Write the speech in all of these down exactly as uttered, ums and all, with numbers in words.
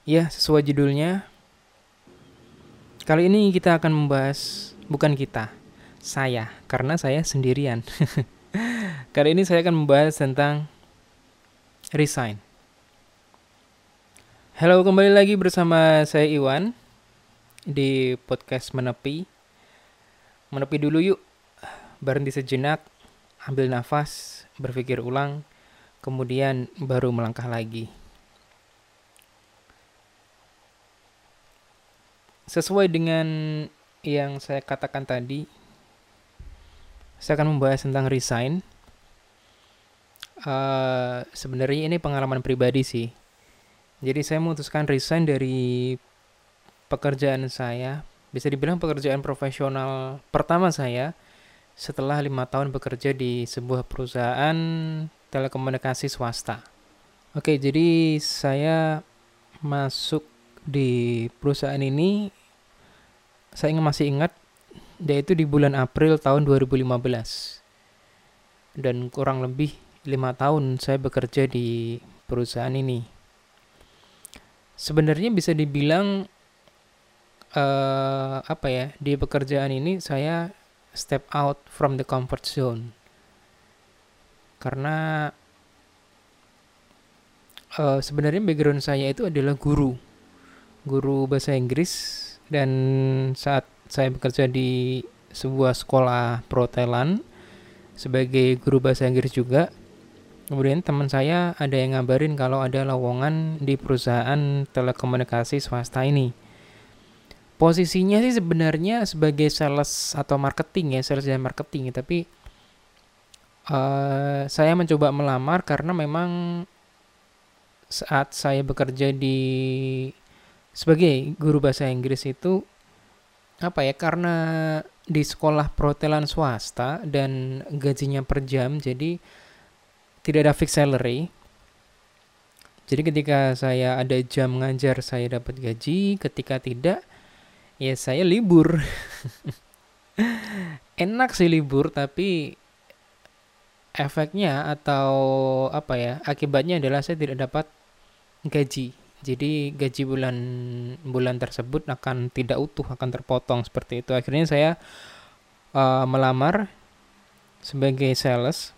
Ya, sesuai judulnya, kali ini kita akan membahas, bukan kita, saya, karena saya sendirian. Kali ini saya akan membahas tentang resign. Halo, kembali lagi bersama saya Iwan di podcast Menepi. Menepi dulu yuk, berhenti sejenak, ambil nafas, berpikir ulang, kemudian baru melangkah lagi. Sesuai dengan yang saya katakan tadi, saya akan membahas tentang resign. Uh, sebenarnya ini pengalaman pribadi sih. Jadi saya memutuskan resign dari pekerjaan saya, bisa dibilang pekerjaan profesional pertama saya setelah lima tahun bekerja di sebuah perusahaan telekomunikasi swasta. Oke, jadi saya masuk di perusahaan ini, saya masih ingat, yaitu di bulan April tahun dua ribu lima belas. Dan kurang lebih lima tahun saya bekerja di perusahaan ini. Sebenarnya bisa dibilang uh, apa ya, di pekerjaan ini saya step out from the comfort zone karena uh, sebenarnya background saya itu adalah guru guru bahasa Inggris, dan saat saya bekerja di sebuah sekolah perhotelan sebagai guru bahasa Inggris juga, kemudian teman saya ada yang ngabarin kalau ada lowongan di perusahaan telekomunikasi swasta ini. Posisinya sih sebenarnya sebagai sales atau marketing ya, sales dan marketing, tapi uh, saya mencoba melamar karena memang saat saya bekerja di sebagai guru bahasa Inggris itu apa ya, karena di sekolah perhotelan swasta dan gajinya per jam, jadi tidak ada fixed salary. Jadi ketika saya ada jam ngajar saya dapat gaji, ketika tidak ya saya libur. Enak sih libur, tapi efeknya atau apa ya, akibatnya adalah saya tidak dapat gaji. Jadi gaji bulan bulan tersebut akan tidak utuh, akan terpotong seperti itu. Akhirnya saya uh, melamar sebagai sales.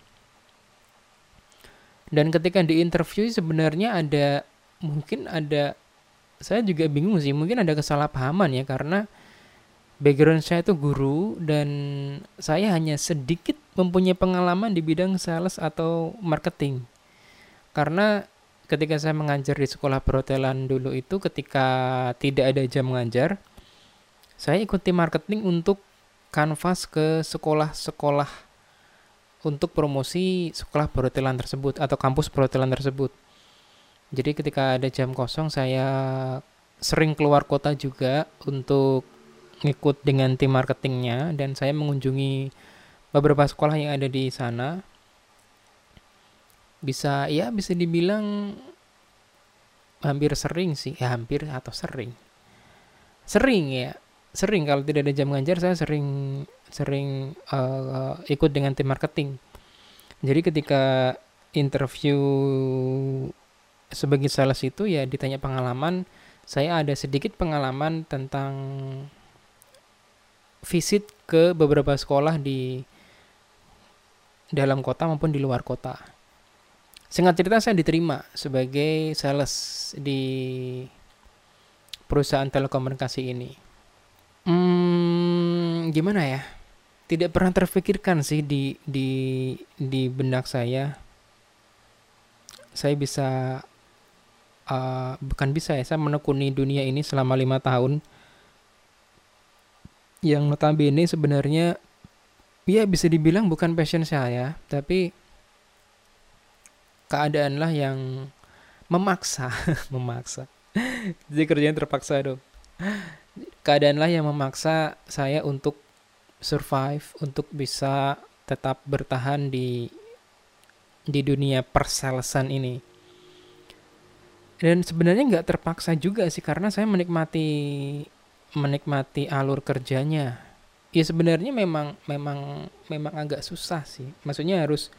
Dan ketika di interview sebenarnya ada mungkin ada saya juga bingung sih, mungkin ada kesalahpahaman ya, karena background saya itu guru dan saya hanya sedikit mempunyai pengalaman di bidang sales atau marketing. Karena ketika saya mengajar di sekolah perhotelan dulu itu, ketika tidak ada jam mengajar, saya ikuti marketing untuk kanvas ke sekolah-sekolah untuk promosi sekolah perhotelan tersebut atau kampus perhotelan tersebut. Jadi ketika ada jam kosong, saya sering keluar kota juga untuk ngikut dengan tim marketingnya, dan saya mengunjungi beberapa sekolah yang ada di sana. Bisa ya bisa dibilang hampir sering sih, ya hampir atau sering. Sering ya, sering kalau tidak ada jam ngajar saya sering sering uh, ikut dengan tim marketing. Jadi ketika interview sebagai sales itu ya ditanya pengalaman, saya ada sedikit pengalaman tentang visit ke beberapa sekolah di dalam kota maupun di luar kota. Singkat cerita, saya diterima sebagai sales di perusahaan telekomunikasi ini. Hmm, gimana ya? Tidak pernah terfikirkan sih di di di benak saya. Saya bisa uh, bukan bisa ya, saya menekuni dunia ini selama lima tahun. Yang notabene sebenarnya ya bisa dibilang bukan passion saya, tapi keadaanlah yang memaksa, memaksa. Jadi kerjaan terpaksa dong. Keadaanlah yang memaksa saya untuk survive, untuk bisa tetap bertahan di di dunia persalesan ini. Dan sebenarnya nggak terpaksa juga sih, karena saya menikmati menikmati alur kerjanya. Ya sebenarnya memang memang memang agak susah sih. Maksudnya harus,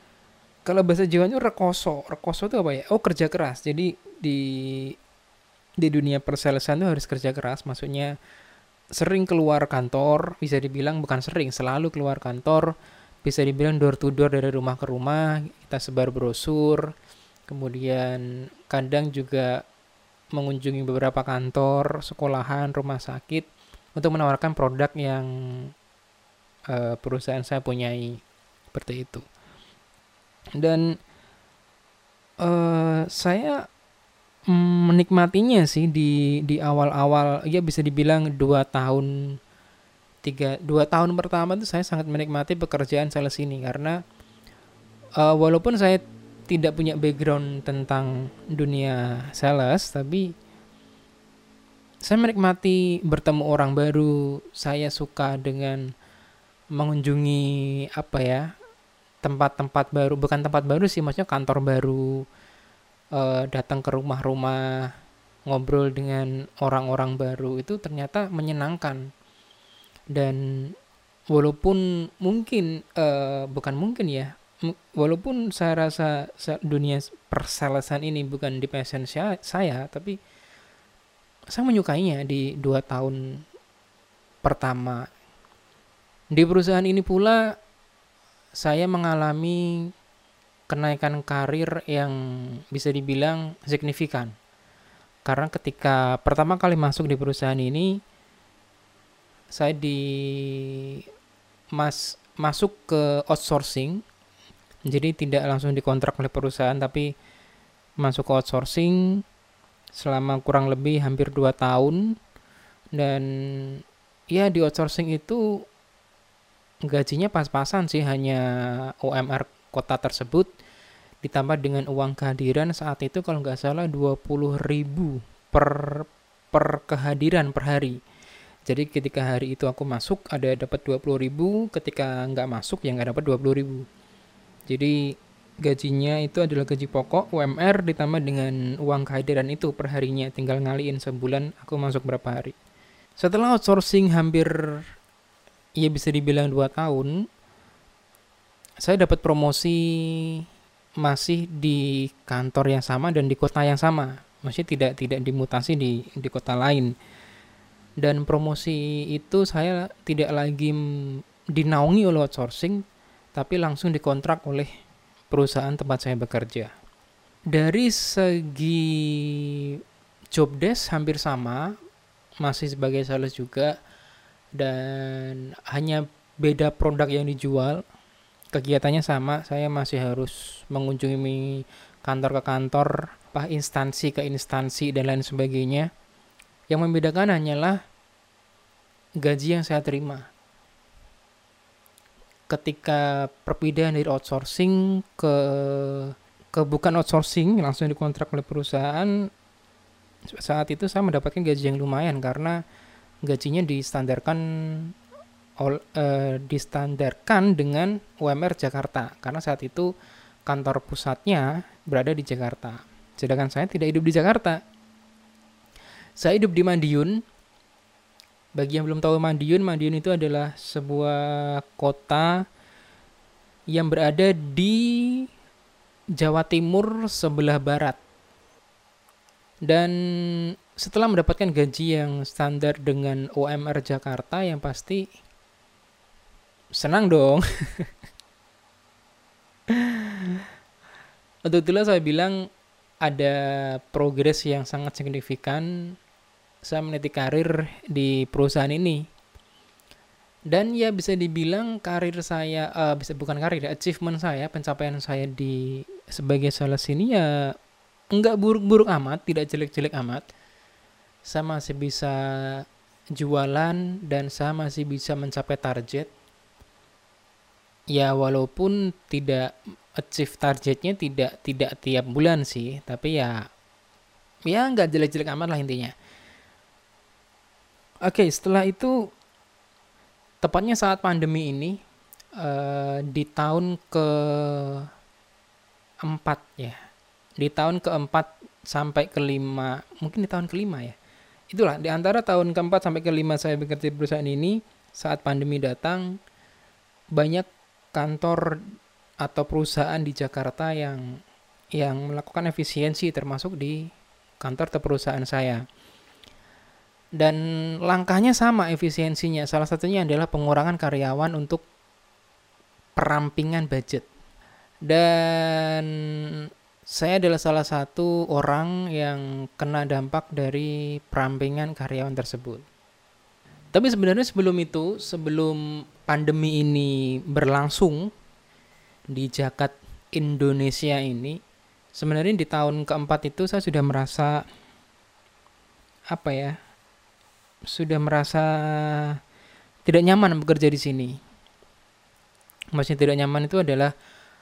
kalau bahasa Jawanya rekoso. Rekoso itu apa ya? Oh, kerja keras. Jadi di di dunia persalesan tuh harus kerja keras, maksudnya sering keluar kantor, bisa dibilang bukan sering, selalu keluar kantor, bisa dibilang door to door dari rumah ke rumah, kita sebar brosur, kemudian kadang juga mengunjungi beberapa kantor, sekolahan, rumah sakit untuk menawarkan produk yang uh, perusahaan saya punyai, seperti itu. Dan uh, saya mm, menikmatinya sih di di awal-awal, ya bisa dibilang dua tahun tiga dua tahun pertama itu saya sangat menikmati pekerjaan sales ini karena uh, walaupun saya tidak punya background tentang dunia sales, tapi saya menikmati bertemu orang baru. Saya suka dengan mengunjungi apa ya, tempat-tempat baru, bukan tempat baru sih, maksudnya kantor baru, uh, datang ke rumah-rumah, ngobrol dengan orang-orang baru, itu ternyata menyenangkan. Dan walaupun mungkin uh, bukan mungkin ya, walaupun saya rasa dunia persalesan ini bukan di passion saya, tapi saya menyukainya di dua tahun pertama. Di perusahaan ini pula saya mengalami kenaikan karir yang bisa dibilang signifikan. Karena ketika pertama kali masuk di perusahaan ini, saya di mas masuk ke outsourcing. Jadi tidak langsung dikontrak oleh perusahaan, tapi masuk ke outsourcing selama kurang lebih hampir dua tahun. Dan ya di outsourcing itu gajinya pas-pasan sih, hanya U M R kota tersebut ditambah dengan uang kehadiran saat itu kalau nggak salah dua puluh ribu per per kehadiran per hari. Jadi ketika hari itu aku masuk ada dapat dua puluh ribu, ketika nggak masuk ya nggak dapat dua puluh ribu. Jadi gajinya itu adalah gaji pokok U M R ditambah dengan uang kehadiran itu per harinya, tinggal ngaliin sebulan aku masuk berapa hari. Setelah outsourcing hampir ya bisa dibilang dua tahun, saya dapat promosi masih di kantor yang sama dan di kota yang sama. Masih tidak tidak dimutasi di di kota lain. Dan promosi itu saya tidak lagi dinaungi oleh outsourcing, tapi langsung dikontrak oleh perusahaan tempat saya bekerja. Dari segi job desk hampir sama, masih sebagai sales juga, dan hanya beda produk yang dijual. Kegiatannya sama, saya masih harus mengunjungi kantor ke kantor, apa instansi ke instansi dan lain sebagainya. Yang membedakan hanyalah gaji yang saya terima. Ketika perpindahan dari outsourcing ke ke bukan outsourcing, langsung dikontrak oleh perusahaan, saat itu saya mendapatkan gaji yang lumayan karena gajinya distandarkan ol, eh, distandarkan dengan U M R Jakarta, karena saat itu kantor pusatnya berada di Jakarta. Sedangkan saya tidak hidup di Jakarta. Saya hidup di Madiun. Bagi yang belum tahu Madiun, Madiun itu adalah sebuah kota yang berada di Jawa Timur sebelah barat. Dan setelah mendapatkan gaji yang standar dengan U M R Jakarta, yang pasti senang dong. Untuk itulah saya bilang ada progres yang sangat signifikan saya meniti karir di perusahaan ini. Dan ya bisa dibilang karir saya, uh, bisa bukan karir, achievement saya, pencapaian saya di sebagai sales ini ya enggak buruk-buruk amat, tidak jelek-jelek amat. Saya masih bisa jualan dan saya masih bisa mencapai target. Ya walaupun tidak achieve targetnya tidak tidak tiap bulan sih, tapi ya ya enggak jelek-jelek amat lah intinya. Oke, okay, setelah itu tepatnya saat pandemi ini, uh, di tahun keempat ya, di tahun keempat sampai kelima, mungkin di tahun kelima ya, itulah di antara tahun keempat sampai kelima saya bekerja di perusahaan ini. Saat pandemi datang, banyak kantor atau perusahaan di Jakarta yang yang melakukan efisiensi, termasuk di kantor atau perusahaan saya. Dan langkahnya sama efisiensinya. Salah satunya adalah pengurangan karyawan untuk perampingan budget. Dan saya adalah salah satu orang yang kena dampak dari perampingan karyawan tersebut. Tapi sebenarnya sebelum itu, sebelum pandemi ini berlangsung di jagat Indonesia ini, sebenarnya di tahun keempat itu saya sudah merasa apa ya? Sudah merasa tidak nyaman bekerja di sini. Maksudnya tidak nyaman itu adalah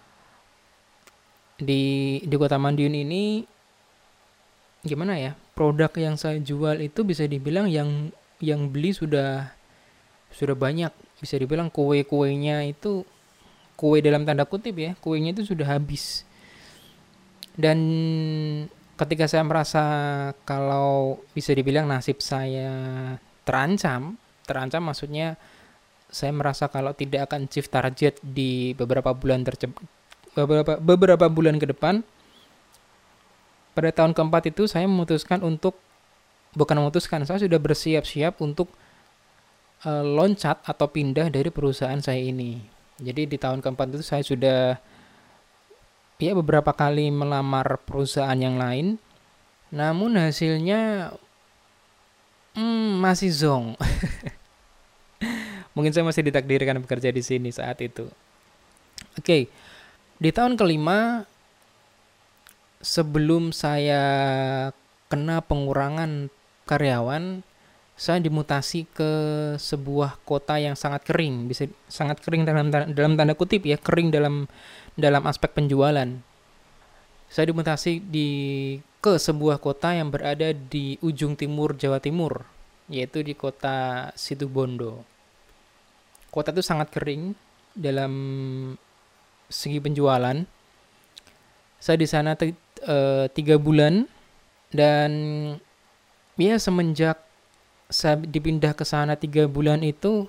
di di Kota Madiun ini gimana ya? Produk yang saya jual itu bisa dibilang yang yang beli sudah sudah banyak. Bisa dibilang kue-kuenya itu kue dalam tanda kutip ya, kuenya itu sudah habis. Dan ketika saya merasa kalau bisa dibilang nasib saya terancam, terancam maksudnya saya merasa kalau tidak akan achieve target di beberapa bulan terce- beberapa beberapa bulan ke depan. Pada tahun keempat itu saya memutuskan untuk bukan memutuskan, saya sudah bersiap-siap untuk uh, loncat atau pindah dari perusahaan saya ini. Jadi di tahun keempat itu saya sudah ya beberapa kali melamar perusahaan yang lain, namun hasilnya hmm, masih zong. Mungkin saya masih ditakdirkan bekerja di sini saat itu. Oke, di tahun kelima sebelum saya kena pengurangan karyawan, saya dimutasi ke sebuah kota yang sangat kering, bisa sangat kering dalam dalam tanda kutip ya, kering dalam dalam aspek penjualan. Saya dimutasi di ke sebuah kota yang berada di ujung timur Jawa Timur, yaitu di kota Situbondo. Kota itu sangat kering dalam segi penjualan. Saya di sana t- e, tiga bulan dan ya semenjak saya dipindah ke sana tiga bulan itu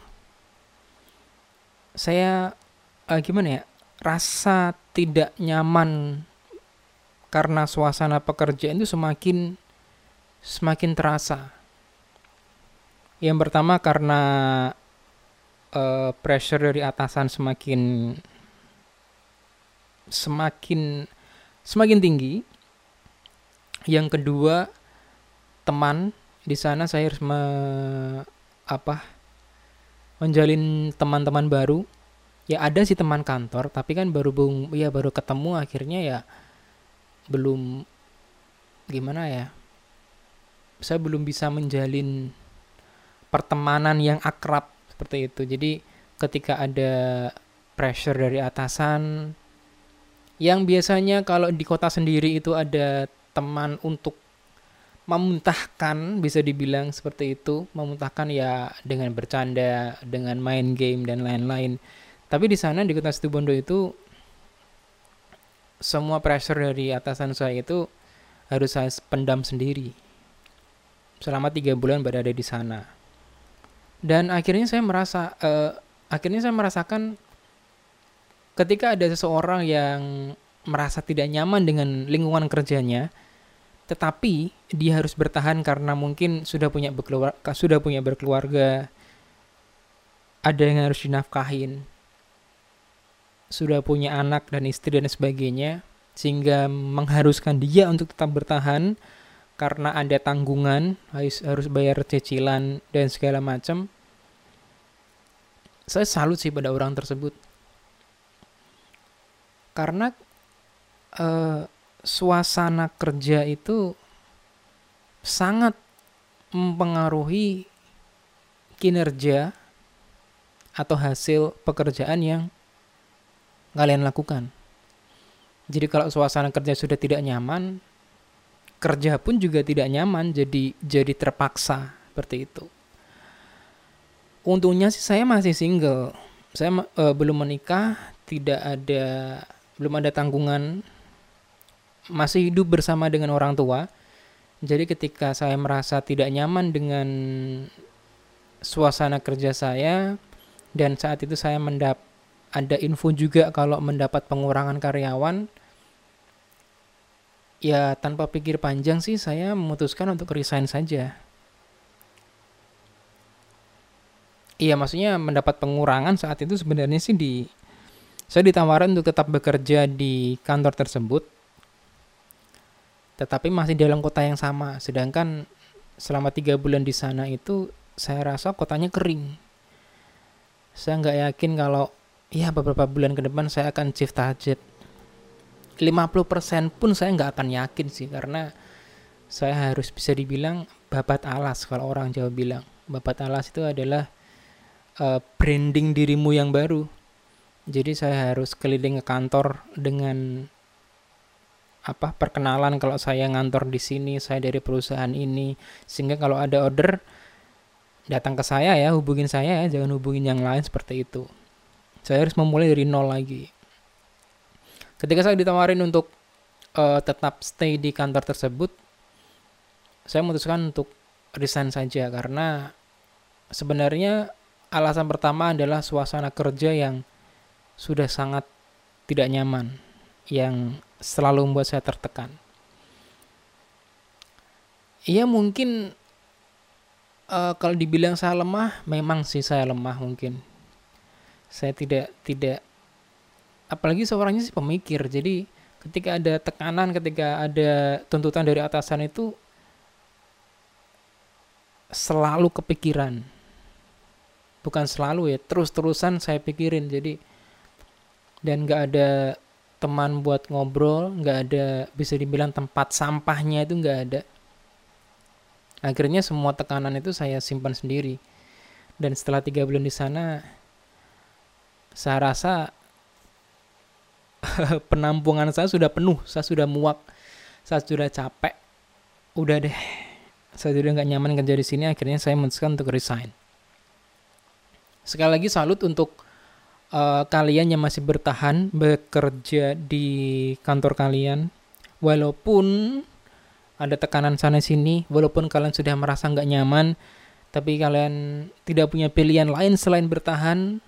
saya eh, gimana ya, rasa tidak nyaman karena suasana pekerjaan itu semakin semakin terasa. Yang pertama karena uh, pressure dari atasan semakin semakin semakin tinggi. Yang kedua, teman di sana saya harus me, apa menjalin teman-teman baru. Ya ada sih teman kantor, tapi kan baru bung, ya baru ketemu akhirnya ya belum gimana ya. Saya belum bisa menjalin pertemanan yang akrab seperti itu. Jadi ketika ada pressure dari atasan yang biasanya kalau di kota sendiri itu ada teman untuk memuntahkan, bisa dibilang seperti itu, memuntahkan ya dengan bercanda, dengan main game dan lain-lain. Tapi di sana di kota Situbondo itu semua pressure dari atasan saya itu harus saya pendam sendiri selama tiga bulan berada di sana. Dan akhirnya saya merasa, uh, akhirnya saya merasakan ketika ada seseorang yang merasa tidak nyaman dengan lingkungan kerjanya, tetapi dia harus bertahan karena mungkin sudah punya berkeluarga, sudah punya berkeluarga, ada yang harus dinafkahin, sudah punya anak dan istri dan sebagainya, sehingga mengharuskan dia untuk tetap bertahan karena ada tanggungan, harus harus bayar cicilan dan segala macam. Saya salut sih pada orang tersebut. Karena uh, suasana kerja itu sangat mempengaruhi kinerja atau hasil pekerjaan yang kalian lakukan. Jadi kalau suasana kerja sudah tidak nyaman, kerja pun juga tidak nyaman, jadi jadi terpaksa seperti itu. Untungnya sih saya masih single. Saya uh, belum menikah, tidak ada belum ada tanggungan, masih hidup bersama dengan orang tua. Jadi ketika saya merasa tidak nyaman dengan suasana kerja saya, dan saat itu saya mendap ada info juga kalau mendapat pengurangan karyawan, Ya tanpa pikir panjang sih saya memutuskan untuk resign saja. Iya, maksudnya mendapat pengurangan saat itu sebenarnya sih di saya ditawarin untuk tetap bekerja di kantor tersebut, tetapi masih dalam kota yang sama. Sedangkan selama tiga bulan di sana itu saya rasa kotanya kering. Saya nggak yakin kalau ya beberapa bulan ke depan saya akan shift target. lima puluh persen pun saya nggak akan yakin sih, karena saya harus bisa dibilang babat alas kalau orang Jawa bilang. Babat alas itu adalah uh, branding dirimu yang baru. Jadi saya harus keliling ke kantor dengan apa perkenalan kalau saya ngantor di sini, saya dari perusahaan ini, sehingga kalau ada order datang ke saya ya, hubungin saya ya, jangan hubungin yang lain seperti itu. Saya harus memulai dari nol lagi. Ketika saya ditawarin untuk uh, tetap stay di kantor tersebut, saya memutuskan untuk resign saja, karena sebenarnya alasan pertama adalah suasana kerja yang sudah sangat tidak nyaman, yang selalu membuat saya tertekan. Iya mungkin uh, kalau dibilang saya lemah, memang sih saya lemah mungkin. Saya tidak tidak apalagi seorangnya sih pemikir. Jadi ketika ada tekanan, ketika ada tuntutan dari atasan itu selalu kepikiran. Bukan selalu ya, terus-terusan saya pikirin. Jadi dan nggak ada teman buat ngobrol, nggak ada bisa dibilang tempat sampahnya itu nggak ada. Akhirnya semua tekanan itu saya simpan sendiri. Dan setelah tiga bulan di sana, saya rasa penampungan saya sudah penuh, saya sudah muak, saya sudah capek. Udah deh, saya sudah nggak nyaman kerja di sini. Akhirnya saya memutuskan untuk resign. Sekali lagi salut untuk uh, kalian yang masih bertahan bekerja di kantor kalian, walaupun ada tekanan sana sini, walaupun kalian sudah merasa nggak nyaman, tapi kalian tidak punya pilihan lain selain bertahan.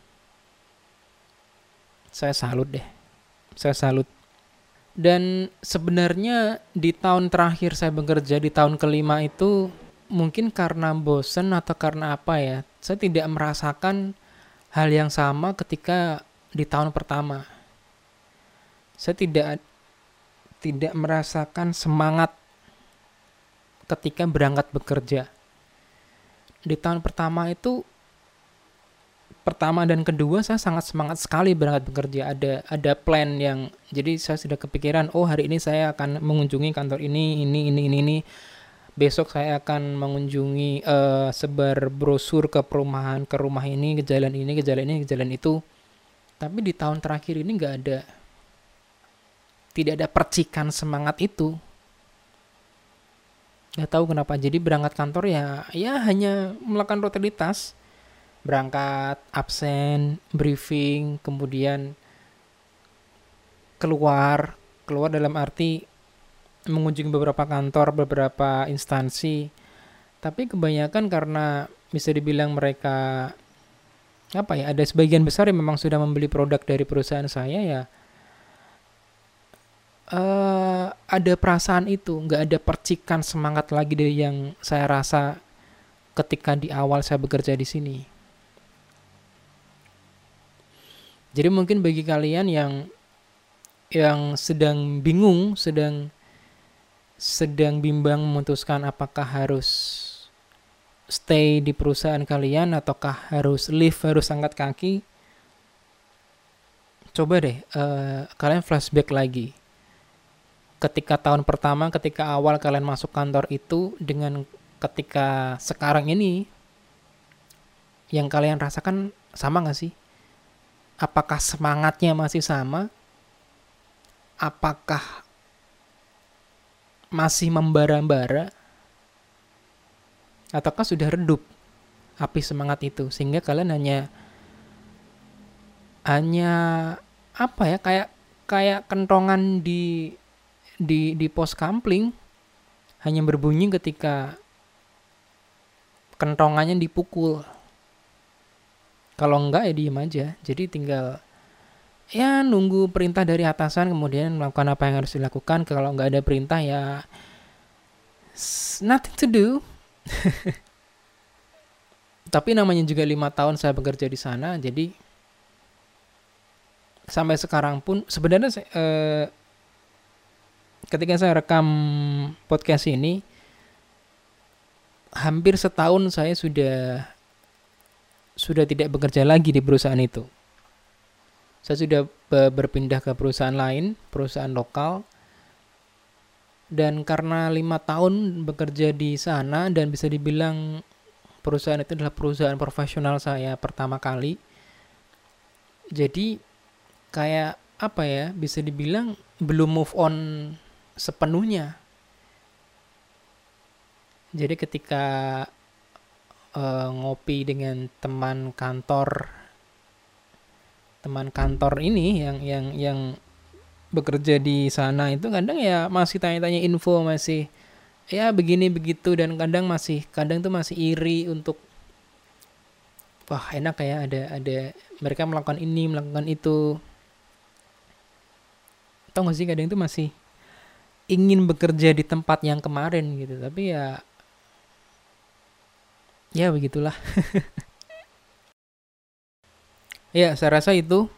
Saya salut deh, saya salut. Dan sebenarnya di tahun terakhir saya bekerja, di tahun kelima itu, mungkin karena bosen atau karena apa ya, saya tidak merasakan hal yang sama ketika di tahun pertama. Saya tidak tidak merasakan semangat ketika berangkat bekerja. Di tahun pertama itu, pertama dan kedua saya sangat semangat sekali berangkat bekerja. Ada ada plan yang, jadi saya sudah kepikiran, oh hari ini saya akan mengunjungi kantor ini, ini, ini, ini, ini. Besok saya akan mengunjungi uh, sebar brosur ke perumahan, ke rumah ini, ke jalan ini, ke jalan ini, ke jalan itu. Tapi di tahun terakhir ini nggak ada, tidak ada percikan semangat itu. Nggak tahu kenapa. Jadi berangkat kantor ya, ya hanya melakukan rutinitas, berangkat, absen, briefing, kemudian keluar, keluar dalam arti mengunjungi beberapa kantor, beberapa instansi. Tapi kebanyakan karena bisa dibilang mereka apa ya, ada sebagian besar yang memang sudah membeli produk dari perusahaan saya ya, uh, ada perasaan itu, nggak ada percikan semangat lagi dari yang saya rasa ketika di awal saya bekerja di sini. Jadi mungkin bagi kalian yang yang sedang bingung, sedang sedang bimbang memutuskan apakah harus stay di perusahaan kalian ataukah harus leave, harus angkat kaki, coba deh uh, kalian flashback lagi ketika tahun pertama, ketika awal kalian masuk kantor itu dengan ketika sekarang ini, yang kalian rasakan sama gak sih? Apakah semangatnya masih sama? Apakah masih membara-bara, ataukah sudah redup api semangat itu, sehingga kalian hanya hanya apa ya, kayak kayak kentongan di di di pos kampling, hanya berbunyi ketika kentongannya dipukul. Kalau enggak ya diem aja. Jadi tinggal ya nunggu perintah dari atasan, kemudian melakukan apa yang harus dilakukan. Kalau nggak ada perintah ya nothing to do. Tapi namanya juga lima tahun saya bekerja di sana, jadi sampai sekarang pun sebenarnya eh, ketika saya rekam podcast ini, hampir setahun saya sudah sudah tidak bekerja lagi di perusahaan itu. Saya sudah berpindah ke perusahaan lain, perusahaan lokal. Dan karena lima tahun bekerja di sana dan bisa dibilang perusahaan itu adalah perusahaan profesional saya pertama kali. Jadi kayak apa ya, bisa dibilang belum move on sepenuhnya. Jadi ketika uh, ngopi dengan teman kantor teman kantor ini yang yang yang bekerja di sana itu, kadang ya masih tanya-tanya info, masih ya begini begitu, dan kadang masih kadang tuh masih iri untuk wah enak ya ada ada mereka melakukan ini melakukan itu. Tau gak sih, kadang itu masih ingin bekerja di tempat yang kemarin gitu, tapi ya ya begitulah. Ya saya rasa itu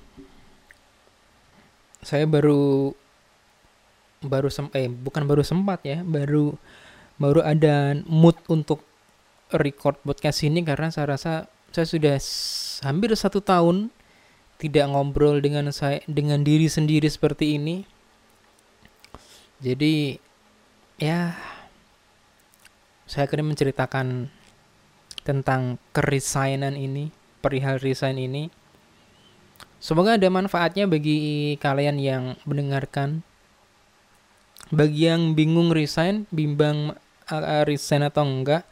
saya baru baru sem eh bukan baru sempat ya baru baru ada mood untuk record podcast ini, karena saya rasa saya sudah hampir satu tahun tidak ngobrol dengan saya dengan diri sendiri seperti ini. Jadi ya saya akan menceritakan tentang keresignan ini, perihal resign ini. Semoga ada manfaatnya bagi kalian yang mendengarkan. Bagi yang bingung resign, bimbang uh, resign atau enggak,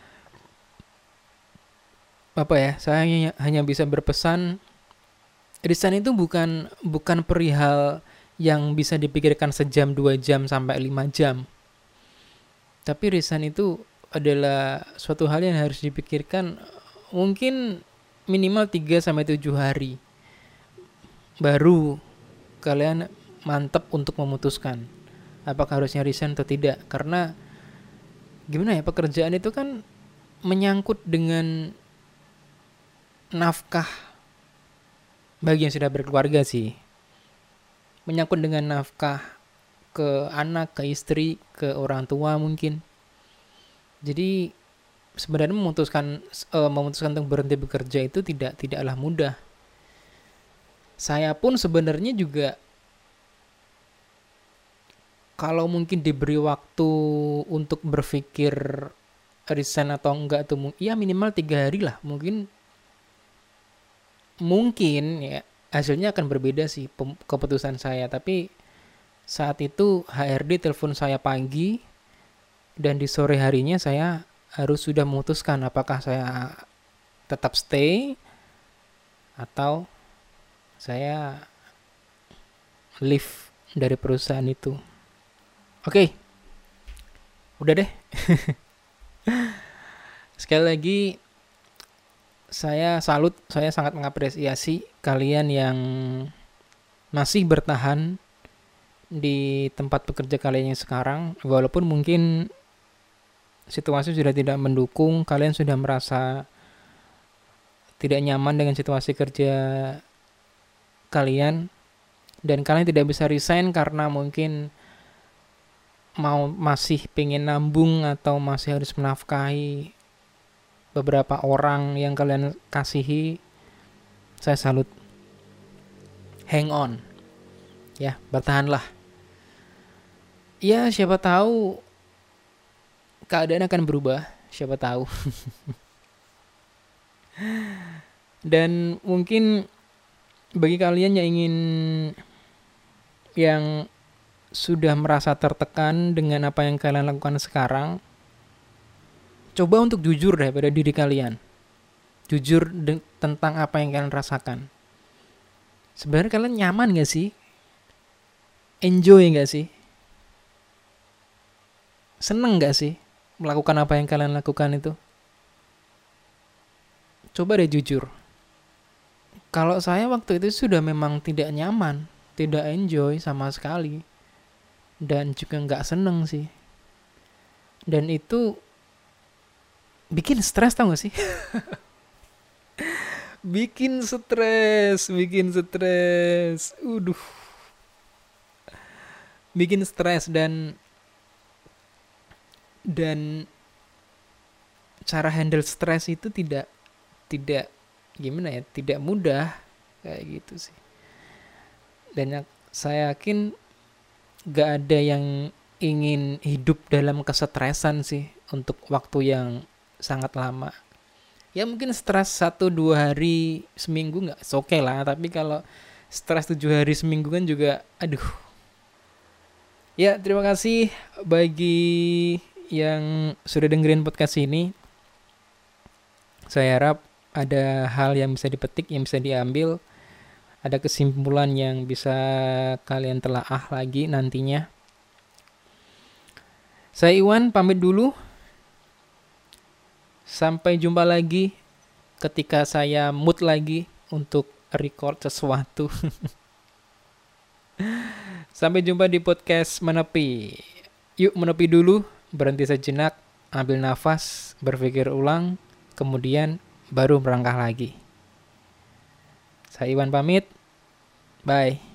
apa ya, saya hanya, hanya bisa berpesan, resign itu bukan bukan perihal yang bisa dipikirkan sejam, dua jam, sampai lima jam. Tapi resign itu adalah suatu hal yang harus dipikirkan mungkin minimal tiga sampai tujuh hari. Baru kalian mantap untuk memutuskan apakah harusnya resign atau tidak. Karena gimana ya, pekerjaan itu kan menyangkut dengan nafkah bagi yang sudah berkeluarga sih. Menyangkut dengan nafkah ke anak, ke istri, ke orang tua mungkin. Jadi sebenarnya memutuskan uh, memutuskan untuk berhenti bekerja itu tidak tidaklah mudah. Saya pun sebenarnya juga kalau mungkin diberi waktu untuk berpikir resign atau enggak tuh, ya minimal tiga hari lah, mungkin mungkin ya hasilnya akan berbeda sih keputusan saya. Tapi saat itu H R D telepon saya pagi, dan di sore harinya saya harus sudah memutuskan apakah saya tetap stay atau saya leave dari perusahaan itu. Oke, okay. Udah deh. Sekali lagi saya salut, saya sangat mengapresiasi kalian yang masih bertahan di tempat bekerja kalian yang sekarang. Walaupun mungkin situasi sudah tidak mendukung, kalian sudah merasa tidak nyaman dengan situasi kerja kalian, dan kalian tidak bisa resign karena mungkin mau masih pengen nambung atau masih harus menafkahi beberapa orang yang kalian kasihi. Saya salut. Hang on. Ya, bertahanlah. Ya, siapa tahu keadaan akan berubah, siapa tahu. Dan mungkin bagi kalian yang ingin yang sudah merasa tertekan dengan apa yang kalian lakukan sekarang, coba untuk jujur deh pada diri kalian. Jujur de- tentang apa yang kalian rasakan. Sebenarnya kalian nyaman gak sih? Enjoy gak sih? Seneng gak sih melakukan apa yang kalian lakukan itu? Coba deh jujur. Kalau saya waktu itu sudah memang tidak nyaman, tidak enjoy sama sekali, dan juga nggak seneng sih. Dan itu bikin stres, tau gak sih? Bikin stres, bikin stres. Uduh, bikin stres dan dan cara handle stres itu tidak tidak gimana ya, tidak mudah kayak gitu sih. Dan ya- saya yakin gak ada yang ingin hidup dalam kesetresan sih untuk waktu yang sangat lama. Ya mungkin stres satu dua hari seminggu nggak oke okay lah, tapi kalau stres tujuh hari seminggu kan juga aduh. Ya terima kasih bagi yang sudah dengerin podcast ini. Saya harap ada hal yang bisa dipetik, yang bisa diambil, ada kesimpulan yang bisa kalian telaah lagi nantinya. Saya Iwan pamit dulu. Sampai jumpa lagi ketika saya mood lagi untuk record sesuatu. Sampai jumpa di podcast Menepi. Yuk menepi dulu, berhenti sejenak, ambil nafas, berpikir ulang, kemudian baru melangkah lagi. Saya Iwan pamit. Bye.